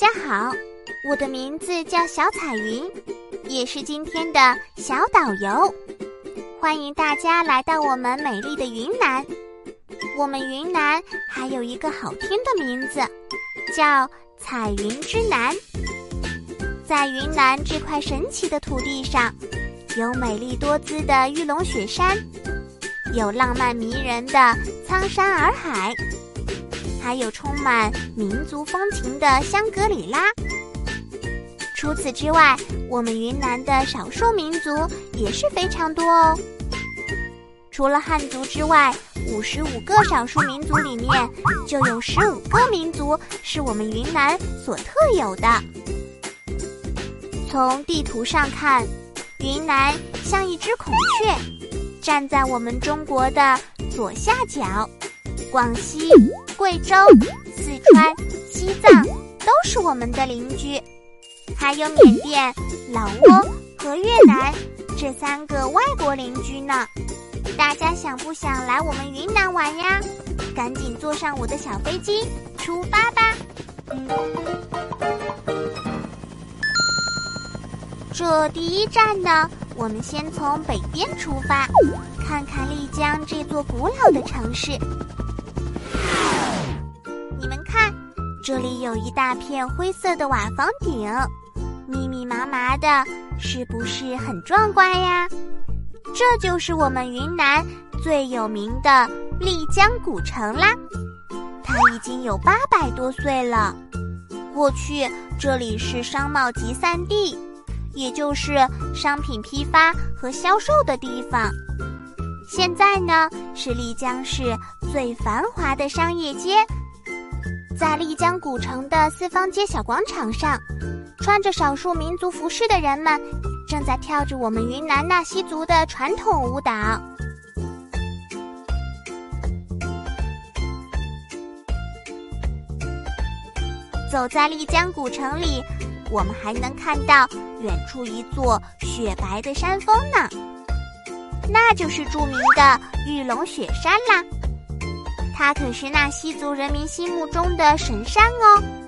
家好，我的名字叫小彩云，也是今天的小导游。欢迎大家来到我们美丽的云南。我们云南还有一个好听的名字，叫彩云之南。在云南这块神奇的土地上，有美丽多姿的玉龙雪山，有浪漫迷人的苍山洱海，还有充满民族风情的香格里拉。除此之外，我们云南的少数民族也是非常多哦。除了汉族之外，55个少数民族里面就有15个民族是我们云南所特有的。从地图上看，云南像一只孔雀，站在我们中国的左下角。广西、贵州、四川、西藏都是我们的邻居，还有缅甸、老挝和越南这3个外国邻居呢。大家想不想来我们云南玩呀？赶紧坐上我的小飞机，出发吧！这第一站呢，我们先从北边出发，看看丽江这座古老的城市。你们看，这里有一大片灰色的瓦房顶，密密麻麻的，是不是很壮观呀？这就是我们云南最有名的丽江古城啦，它已经有800多岁了。过去这里是商贸集散地，也就是商品批发和销售的地方。现在呢，是丽江市最繁华的商业街。在丽江古城的四方街小广场上，穿着少数民族服饰的人们正在跳着我们云南纳西族的传统舞蹈。走在丽江古城里，我们还能看到远处一座雪白的山峰呢，那就是著名的玉龙雪山啦。它可是纳西族人民心目中的神山哦。